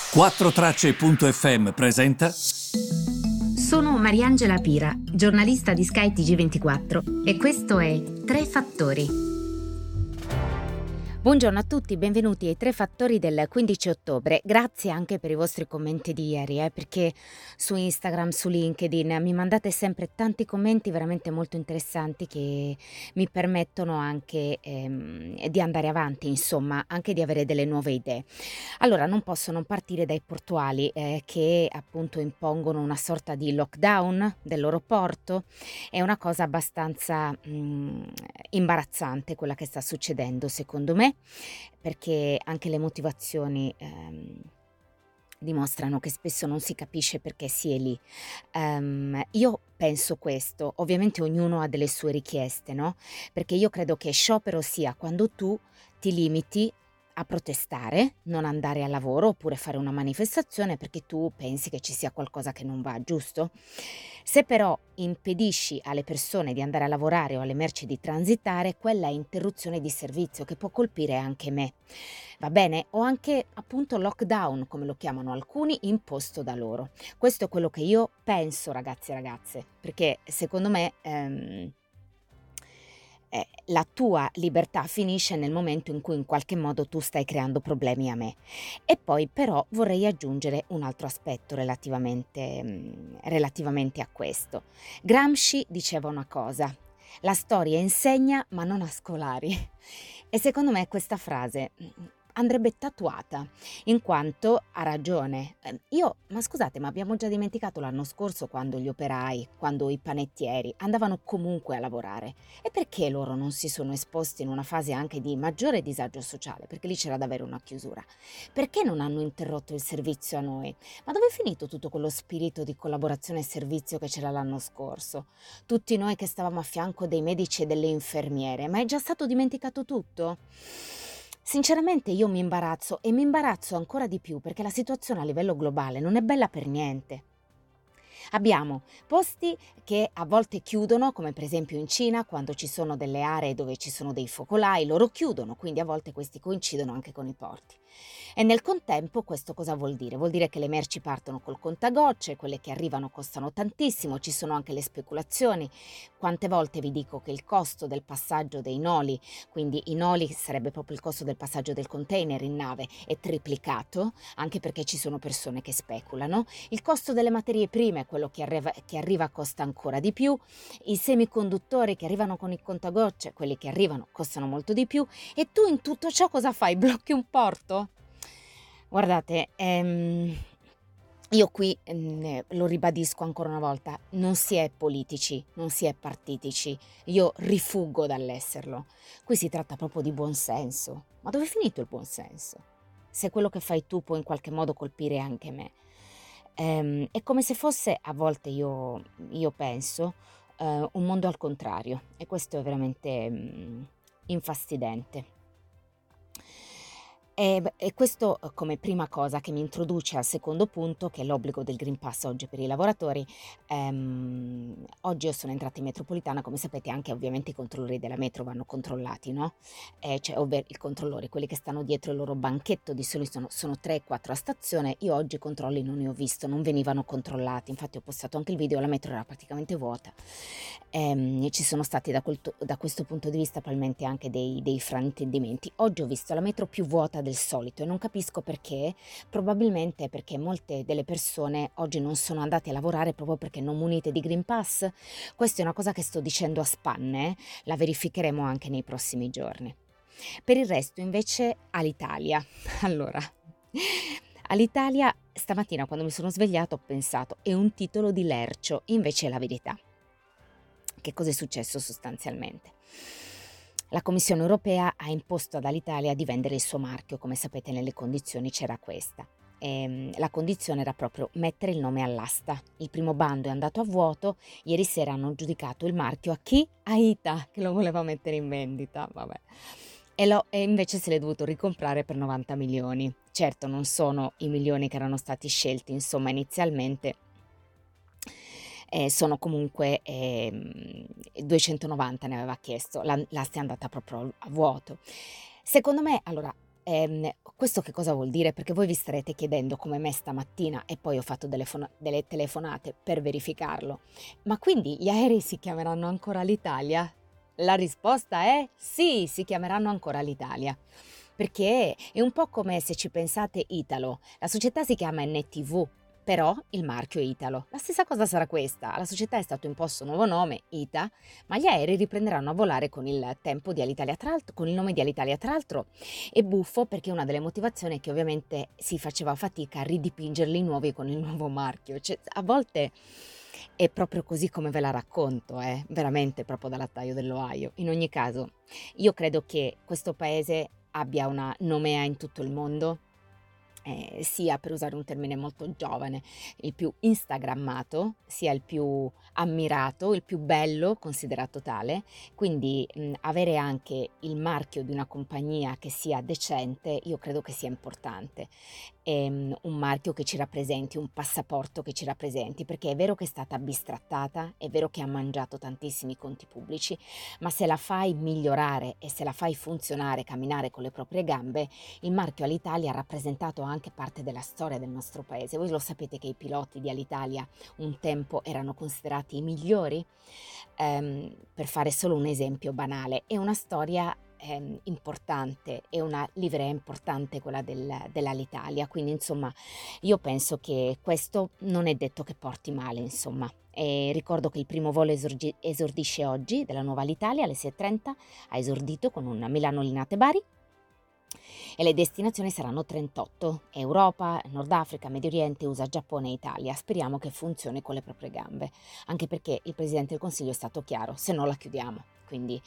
4Tracce.fm presenta. Sono Mariangela Pira, giornalista di Sky TG24 e questo è Tre Fattori. Buongiorno a tutti, benvenuti ai Tre Fattori del 15 ottobre. Grazie anche per i vostri commenti di ieri, perché su Instagram, su LinkedIn mi mandate sempre tanti commenti veramente molto interessanti che mi permettono anche di andare avanti, insomma, anche di avere delle nuove idee. Allora, non posso non partire dai portuali che appunto impongono una sorta di lockdown del loro porto. È una cosa abbastanza imbarazzante quella che sta succedendo, secondo me, perché anche le motivazioni dimostrano che spesso non si capisce perché si è lì. Io penso questo, ovviamente ognuno ha delle sue richieste, no? Perché io credo che sciopero sia quando tu ti limiti a protestare, non andare al lavoro oppure fare una manifestazione perché tu pensi che ci sia qualcosa che non va, giusto? Se però impedisci alle persone di andare a lavorare o alle merci di transitare, quella è interruzione di servizio che può colpire anche me. Va bene? O anche appunto lockdown, come lo chiamano alcuni, imposto da loro. Questo è quello che io penso, ragazzi e ragazze, perché secondo me la tua libertà finisce nel momento in cui in qualche modo tu stai creando problemi a me. E poi però vorrei aggiungere un altro aspetto relativamente a questo. Gramsci diceva una cosa: la storia insegna ma non a scolari. E secondo me questa frase andrebbe tatuata, in quanto ha ragione. Ma scusate, ma abbiamo già dimenticato l'anno scorso quando gli operai, quando i panettieri andavano comunque a lavorare? E perché loro non si sono esposti in una fase anche di maggiore disagio sociale? Perché lì c'era davvero una chiusura. Perché non hanno interrotto il servizio a noi? Ma dove è finito tutto quello spirito di collaborazione e servizio che c'era l'anno scorso? Tutti noi che stavamo a fianco dei medici e delle infermiere, ma è già stato dimenticato tutto? Sinceramente io mi imbarazzo e mi imbarazzo ancora di più perché la situazione a livello globale non è bella per niente. Abbiamo posti che a volte chiudono, come per esempio in Cina, quando ci sono delle aree dove ci sono dei focolai, loro chiudono, quindi a volte questi coincidono anche con i porti. E nel contempo questo cosa vuol dire? Vuol dire che le merci partono col contagocce, quelle che arrivano costano tantissimo, ci sono anche le speculazioni. Quante volte vi dico che il costo del passaggio dei noli, quindi i noli sarebbe proprio il costo del passaggio del container in nave, è triplicato, anche perché ci sono persone che speculano. Il costo delle materie prime, quello che arriva costa ancora di più, i semiconduttori che arrivano con il contagocce, quelli che arrivano costano molto di più, e tu in tutto ciò cosa fai? Blocchi un porto? Guardate, io qui lo ribadisco ancora una volta, non si è politici, non si è partitici, io rifuggo dall'esserlo. Qui si tratta proprio di buonsenso. Ma dove è finito il buonsenso? Se quello che fai tu può in qualche modo colpire anche me. È come se fosse, a volte io penso, un mondo al contrario, e questo è veramente infastidente. E questo come prima cosa che mi introduce al secondo punto, che è l'obbligo del Green Pass oggi per i lavoratori. Oggi io sono entrata in metropolitana, come sapete anche ovviamente i controllori della metro vanno controllati, no? Cioè, ovvero i controllori, quelli che stanno dietro il loro banchetto, di solito sono 3-4 a stazione. Io oggi i controlli non ne ho visto, non venivano controllati, infatti ho postato anche il video, la metro era praticamente vuota. E ci sono stati da questo punto di vista probabilmente anche dei fraintendimenti. Oggi ho visto la metro più vuota del solito e non capisco perché. Probabilmente perché molte delle persone oggi non sono andate a lavorare proprio perché non munite di Green Pass. Questa è una cosa che sto dicendo a spanne, la verificheremo anche nei prossimi giorni. Per il resto invece all'Italia. Allora, all'Italia stamattina quando mi sono svegliata ho pensato è un titolo di Lercio, invece è la verità. Che cosa è successo sostanzialmente? La Commissione europea ha imposto all'Italia di vendere il suo marchio, come sapete nelle condizioni c'era questa. La condizione era proprio mettere il nome all'asta. Il primo bando è andato a vuoto, ieri sera hanno giudicato il marchio a chi? A ITA, che lo voleva mettere in vendita, vabbè. E invece se l'è dovuto ricomprare per 90 milioni. Certo non sono i milioni che erano stati scelti, insomma inizialmente. Sono comunque 290 ne aveva chiesto, l'asta è andata proprio a vuoto. Secondo me, allora, Questo che cosa vuol dire? Perché voi vi starete chiedendo come me stamattina, e poi ho fatto delle telefonate per verificarlo. Ma quindi gli aerei si chiameranno ancora Alitalia? La risposta è sì, si chiameranno ancora Alitalia. Perché è un po' come se ci pensate Italo. La società si chiama NTV, però il marchio è Italo. La stessa cosa sarà questa. Alla società è stato imposto un nuovo nome, ITA, ma gli aerei riprenderanno a volare con il tempo di Alitalia, tra l'altro, con il nome di Alitalia. Tra l'altro è buffo perché una delle motivazioni è che ovviamente si faceva fatica a ridipingerli nuovi con il nuovo marchio. Cioè, a volte è proprio così come ve la racconto, veramente proprio dall'attaio dell'Ohio. In ogni caso, io credo che questo paese abbia una nomea in tutto il mondo, sia, per usare un termine molto giovane, il più instagrammato, sia il più ammirato, il più bello, considerato tale. Quindi avere anche il marchio di una compagnia che sia decente, io credo che sia importante. Un marchio che ci rappresenti, un passaporto che ci rappresenti, perché è vero che è stata bistrattata, è vero che ha mangiato tantissimi conti pubblici, ma se la fai migliorare e se la fai funzionare, camminare con le proprie gambe, il marchio Alitalia ha rappresentato anche parte della storia del nostro paese. Voi lo sapete che i piloti di Alitalia un tempo erano considerati i migliori? Per fare solo un esempio banale, è una storia importante, è una livrea importante quella dell'Alitalia, quindi insomma io penso che questo non è detto che porti male, insomma. E ricordo che il primo volo esordisce oggi della nuova Alitalia alle 6:30, ha esordito con un Milano Linate Bari e le destinazioni saranno 38: Europa, Nord Africa, Medio Oriente, USA, Giappone e Italia. Speriamo che funzioni con le proprie gambe, anche perché il Presidente del Consiglio è stato chiaro, se no la chiudiamo. Quindi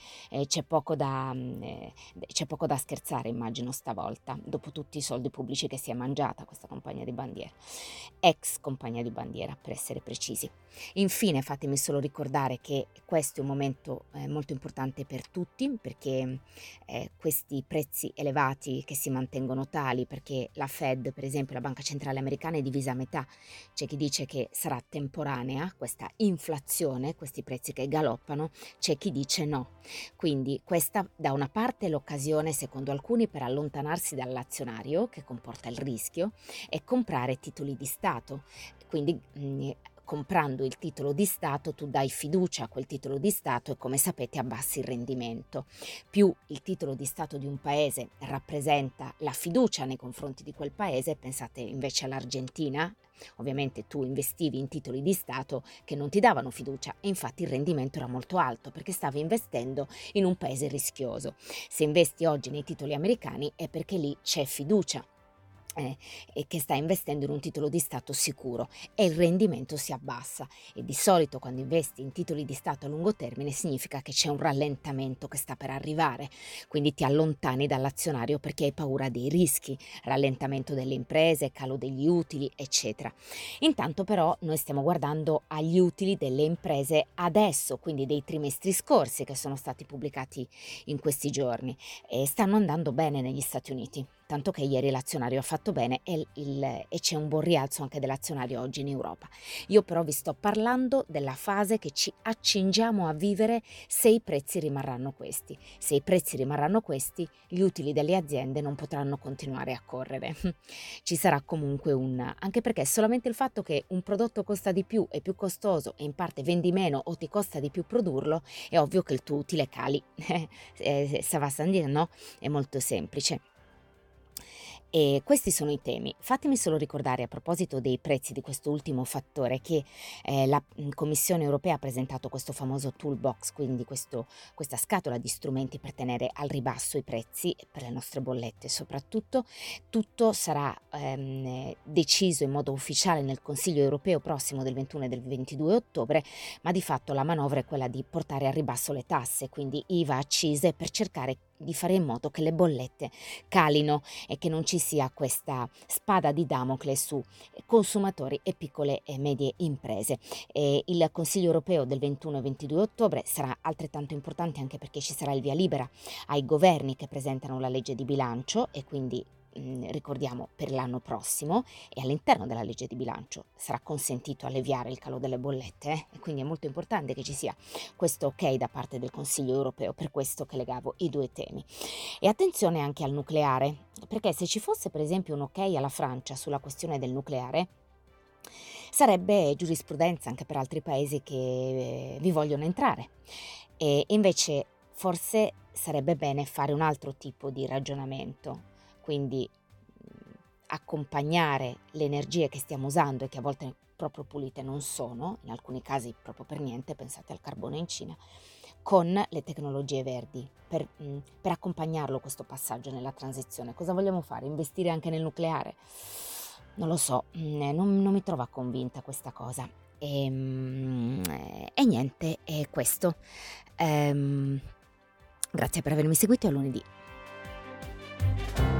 c'è poco da scherzare, immagino, stavolta, dopo tutti i soldi pubblici che si è mangiata questa compagnia di bandiera, ex compagnia di bandiera per essere precisi. Infine fatemi solo ricordare che questo è un momento molto importante per tutti, perché questi prezzi elevati che si mantengono tali, perché la Fed, per esempio la Banca Centrale Americana, è divisa a metà. C'è chi dice che sarà temporanea questa inflazione, questi prezzi che galoppano, c'è chi dice no. Quindi questa da una parte è l'occasione, secondo alcuni, per allontanarsi dall'azionario, che comporta il rischio, e comprare titoli di Stato. Quindi comprando il titolo di Stato tu dai fiducia a quel titolo di Stato e, come sapete, abbassi il rendimento. Più il titolo di Stato di un paese rappresenta la fiducia nei confronti di quel paese, pensate invece all'Argentina, ovviamente tu investivi in titoli di Stato che non ti davano fiducia e infatti il rendimento era molto alto perché stavi investendo in un paese rischioso. Se investi oggi nei titoli americani è perché lì c'è fiducia, e che sta investendo in un titolo di Stato sicuro e il rendimento si abbassa, e di solito quando investi in titoli di Stato a lungo termine significa che c'è un rallentamento che sta per arrivare, quindi ti allontani dall'azionario perché hai paura dei rischi, rallentamento delle imprese, calo degli utili, eccetera. Intanto però noi stiamo guardando agli utili delle imprese adesso, quindi dei trimestri scorsi che sono stati pubblicati in questi giorni, e stanno andando bene negli Stati Uniti. Tanto che ieri l'azionario ha fatto bene e c'è un buon rialzo anche dell'azionario oggi in Europa. Io però vi sto parlando della fase che ci accingiamo a vivere se i prezzi rimarranno questi. Se i prezzi rimarranno questi, gli utili delle aziende non potranno continuare a correre. Ci sarà comunque anche perché solamente il fatto che un prodotto costa di più, è più costoso e in parte vendi meno o ti costa di più produrlo, è ovvio che il tuo utile cali. Ça va sans dire, no? È molto semplice. E questi sono i temi. Fatemi solo ricordare, a proposito dei prezzi, di questo ultimo fattore, che la Commissione europea ha presentato questo famoso toolbox, quindi questa scatola di strumenti per tenere al ribasso i prezzi per le nostre bollette soprattutto. Tutto sarà deciso in modo ufficiale nel Consiglio europeo prossimo del 21 e del 22 ottobre, ma di fatto la manovra è quella di portare al ribasso le tasse, quindi IVA, accise, per cercare di fare in modo che le bollette calino e che non ci sia questa spada di Damocle su consumatori e piccole e medie imprese. Il Consiglio europeo del 21 e 22 ottobre sarà altrettanto importante anche perché ci sarà il via libera ai governi che presentano la legge di bilancio, e quindi ricordiamo, per l'anno prossimo e all'interno della legge di bilancio sarà consentito alleviare il calo delle bollette, e quindi è molto importante che ci sia questo ok da parte del Consiglio europeo, per questo che legavo i due temi. E attenzione anche al nucleare, perché se ci fosse per esempio un ok alla Francia sulla questione del nucleare, sarebbe giurisprudenza anche per altri paesi che vi vogliono entrare. E invece forse sarebbe bene fare un altro tipo di ragionamento, quindi accompagnare le energie che stiamo usando e che a volte proprio pulite non sono, in alcuni casi proprio per niente, pensate al carbone in Cina, con le tecnologie verdi per accompagnarlo questo passaggio nella transizione. Cosa vogliamo fare? Investire anche nel nucleare? Non lo so, non mi trova convinta questa cosa. E niente, è questo. Ehm, Grazie per avermi seguito, a lunedì.